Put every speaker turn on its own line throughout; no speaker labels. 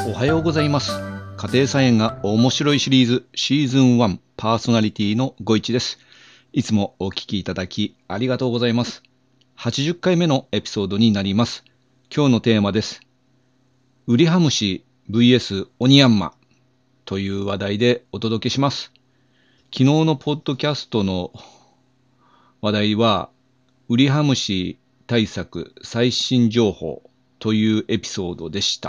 おはようございます。家庭菜園が面白いシリーズシーズン1パーソナリティのご一です。いつもお聞きいただきありがとうございます。80回目のエピソードになります。今日のテーマです。ウリハムシ vs オニヤンマという話題でお届けします。昨日のポッドキャストの話題はウリハムシ対策最新情報というエピソードでした。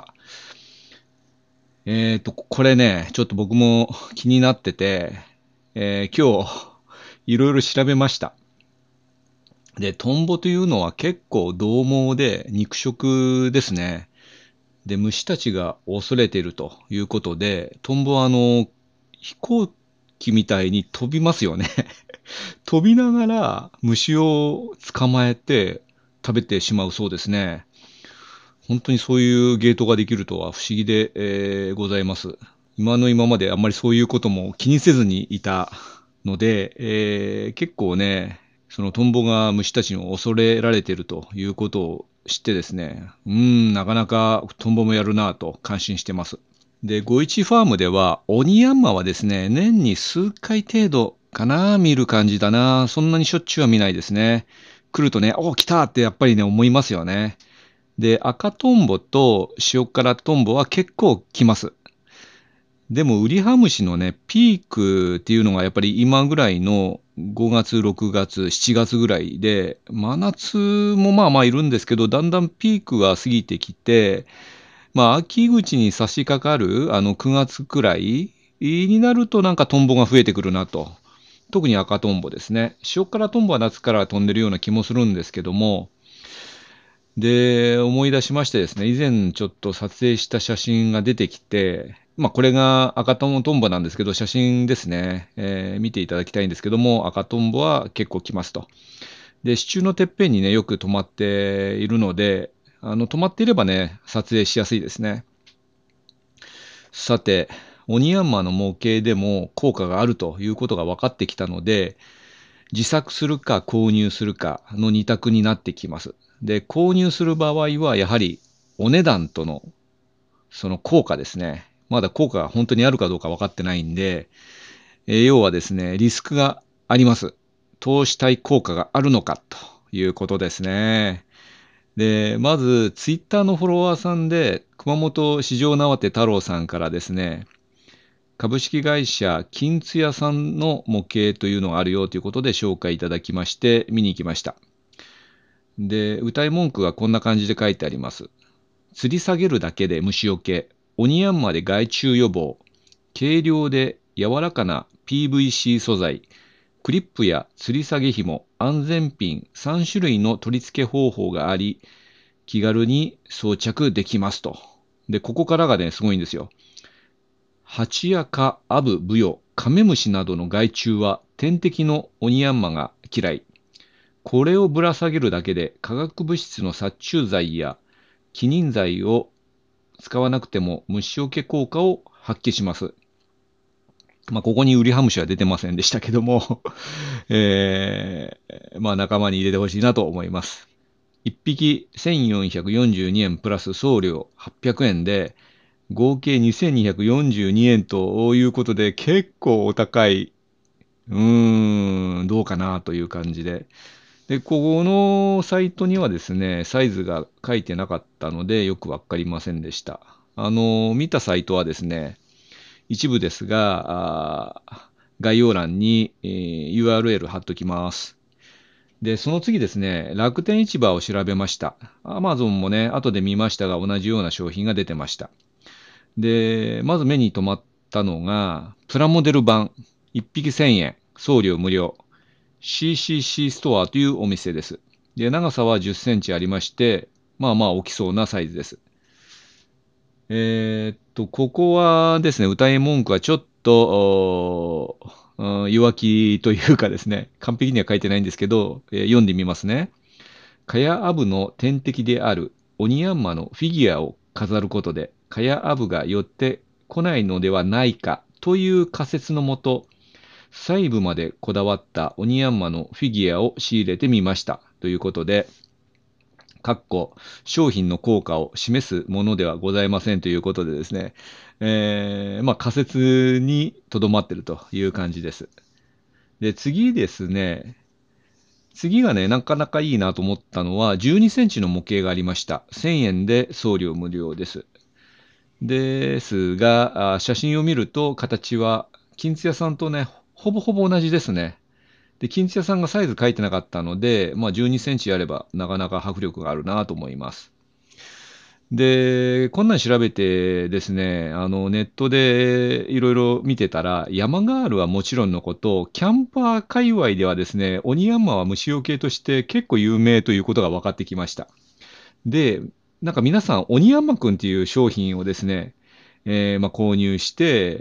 これね、ちょっと僕も気になってて、今日いろいろ調べました。で、トンボというのは結構獰猛で肉食ですね。で、虫たちが恐れているということで、トンボは飛行機みたいに飛びますよね。飛びながら虫を捕まえて食べてしまうそうですね。本当にそういうゲートができるとは不思議で、ございます。今まであんまりそういうことも気にせずにいたので、結構ね、そのトンボが虫たちに恐れられているということを知ってですね、なかなかトンボもやるなぁと感心してます。で、ゴイチファームでは、オニヤンマはですね、年に数回程度かな、見る感じだな。そんなにしょっちゅうは見ないですね。来るとね、来たってやっぱりね、思いますよね。で、赤トンボと塩辛トンボは結構来ます。でも、ウリハムシのね、ピークっていうのがやっぱり今ぐらいの5月、6月、7月ぐらいで、真夏もまあまあいるんですけど、だんだんピークが過ぎてきて、まあ秋口に差し掛かる9月くらいになるとなんかトンボが増えてくるなと。特に赤トンボですね。塩辛トンボは夏から飛んでるような気もするんですけども、で、思い出しましてですね、以前ちょっと撮影した写真が出てきて、まあこれが赤トンボなんですけど、写真ですね、見ていただきたいんですけども、赤トンボは結構来ますと。で、支柱のてっぺんにね、よく止まっているので、止まっていればね、撮影しやすいですね。さて、オニヤンマの模型でも効果があるということが分かってきたので、自作するか購入するかの二択になってきます。で、購入する場合はやはりお値段とのその効果ですね。まだ効果が本当にあるかどうか分かってないんで、要はですね、リスクがあります。投資対効果があるのかということですね。で、まず、ツイッターのフォロワーさんで、熊本市場縄手太郎さんからですね、株式会社金津屋さんの模型というのがあるよということで紹介いただきまして、見に行きました。で、歌い文句がこんな感じで書いてあります。吊り下げるだけで虫除け、オニヤンマで害虫予防、軽量で柔らかな PVC 素材、クリップや吊り下げ紐、安全ピン3種類の取り付け方法があり、気軽に装着できますと。で、ここからがね、すごいんですよ。ハチやカ、アブ、ブヨ、カメムシなどの害虫は天敵のオニヤンマが嫌い。これをぶら下げるだけで化学物質の殺虫剤や起忍剤を使わなくても虫除け効果を発揮します。まあ、ここにウリハムシは出てませんでしたけどもまあ仲間に入れてほしいなと思います。1匹1442円プラス送料800円で、合計2242円ということで、結構お高い。どうかなという感じで。で、このサイトにはですね、サイズが書いてなかったので、よくわかりませんでした。見たサイトはですね、一部ですが、概要欄に、URL 貼っときます。で、その次ですね、楽天市場を調べました。Amazon もね、後で見ましたが、同じような商品が出てました。で、まず目に留まったのが、プラモデル版、1匹1000円、送料無料、CCC ストアというお店です。で、長さは10センチありまして、まあまあ大きそうなサイズです。ここはですね、歌い文句はちょっと、弱気というかですね、完璧には書いてないんですけど、読んでみますね。カヤアブの天敵であるオニヤンマのフィギュアを飾ることで、カヤアブが寄ってこないのではないかという仮説のもと、細部までこだわったオニヤンマのフィギュアを仕入れてみました。ということで、 商品の効果を示すものではございませんということでですね、仮説にとどまっているという感じです。で、次ですね、次がね、なかなかいいなと思ったのは、12センチの模型がありました。1000円で送料無料です。ですが、写真を見ると形は金津屋さんとね、ほぼほぼ同じですね。で、金津屋さんがサイズ書いてなかったので、12センチあればなかなか迫力があるなと思います。で、こんなん調べてですね、ネットでいろいろ見てたら、山ガールはもちろんのこと、キャンパー界隈ではですね、オニヤンマは虫除けとして結構有名ということが分かってきました。で、なんか皆さん、オニヤンマくんっていう商品をですね、購入して、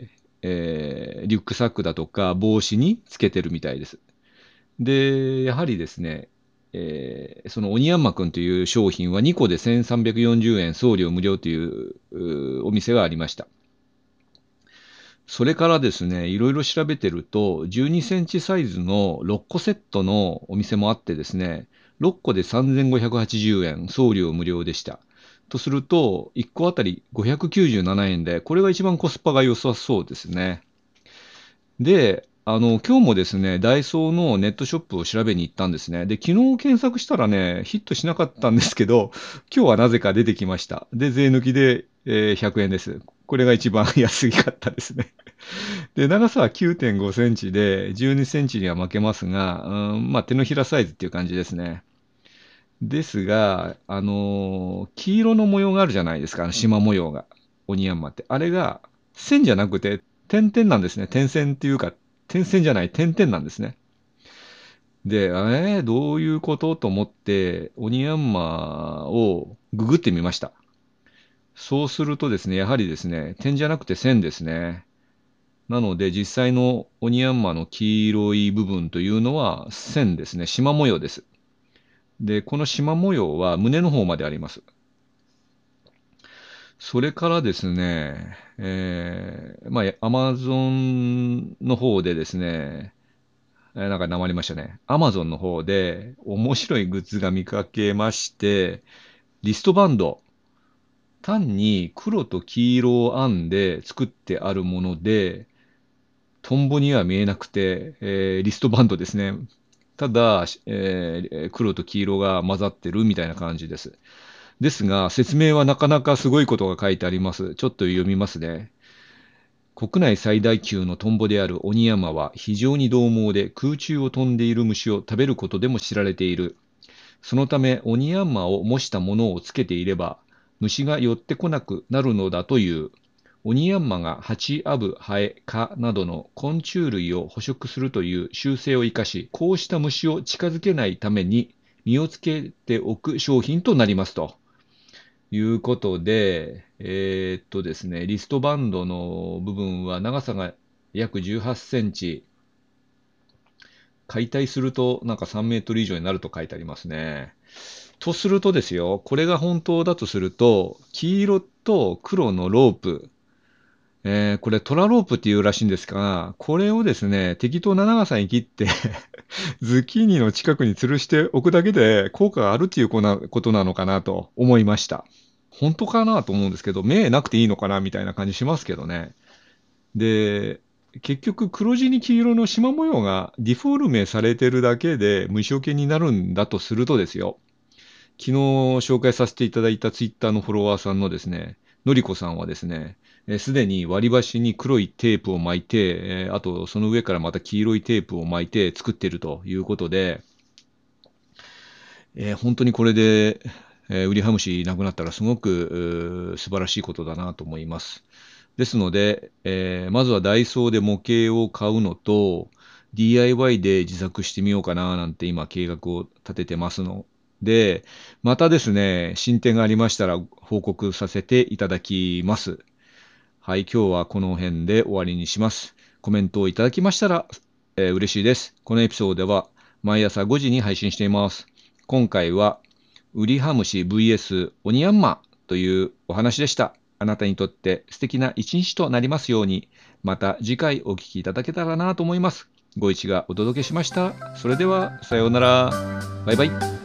リュックサックだとか帽子につけてるみたいです。で、やはりですね、そのオニヤンマくんという商品は2個で1340円送料無料というお店がありました。それからですね、いろいろ調べてると、12センチサイズの6個セットのお店もあってですね、6個で3580円、送料無料でした。とすると、1個あたり597円で、これが一番コスパが良さそうですね。で、今日もですね、ダイソーのネットショップを調べに行ったんですね。で、昨日検索したらね、ヒットしなかったんですけど、今日はなぜか出てきました。で、税抜きで、100円です。これが一番安かったですね。で、長さは9.5センチで、12センチには負けますが、手のひらサイズっていう感じですね。ですが、黄色の模様があるじゃないですか、縞模様が。オニヤンマって。あれが、線じゃなくて、点々なんですね。点線っていうか、点線じゃない、点々なんですね。で、どういうことと思って、オニヤンマをググってみました。そうするとですね、やはりですね、点じゃなくて線ですね。なので、実際のオニヤンマの黄色い部分というのは線ですね。縞模様です。で、この縞模様は胸の方まであります。それからですね、アマゾンの方でですね、なんか訛りましたね。アマゾンの方で面白いグッズが見かけまして、リストバンド。単に黒と黄色を編んで作ってあるもので、トンボには見えなくて、リストバンドですね。ただ、黒と黄色が混ざってるみたいな感じです。ですが、説明はなかなかすごいことが書いてあります。ちょっと読みますね。国内最大級のトンボであるオニヤンマは非常に獰猛で空中を飛んでいる虫を食べることでも知られている。そのため、オニヤンマを模したものをつけていれば、虫が寄ってこなくなるのだという。オニヤンマがハチ、アブ、ハエ、カなどの昆虫類を捕食するという習性を生かし、こうした虫を近づけないために身をつけておく商品となりますということで、ですね、リストバンドの部分は長さが約18センチ、解体するとなんか3メートル以上になると書いてありますね。とするとですよ、これが本当だとすると、黄色と黒のロープ、これトラロープっていうらしいんですが、これをですね、適当な長さに切ってズッキーニの近くに吊るしておくだけで効果があるっていうことなのかなと思いました。本当かなと思うんですけど、目なくていいのかなみたいな感じしますけどね。で、結局黒地に黄色の縞模様がディフォルメされてるだけで虫除けになるんだとするとですよ。昨日紹介させていただいたツイッターのフォロワーさんのですね、のりこさんはですね、すでに割り箸に黒いテープを巻いて、あとその上からまた黄色いテープを巻いて作っているということで、本当にこれで、ウリハムシいなくなったらすごく素晴らしいことだなと思います。ですので、まずはダイソーで模型を買うのと、DIY で自作してみようかななんて今計画を立ててますので、またですね、進展がありましたら報告させていただきます。はい、今日はこの辺で終わりにします。コメントをいただきましたら、嬉しいです。このエピソードでは毎朝5時に配信しています。今回は、ウリハムシ VS オニヤンマというお話でした。あなたにとって素敵な一日となりますように、また次回お聞きいただけたらなと思います。ご一がお届けしました。それでは、さようなら。バイバイ。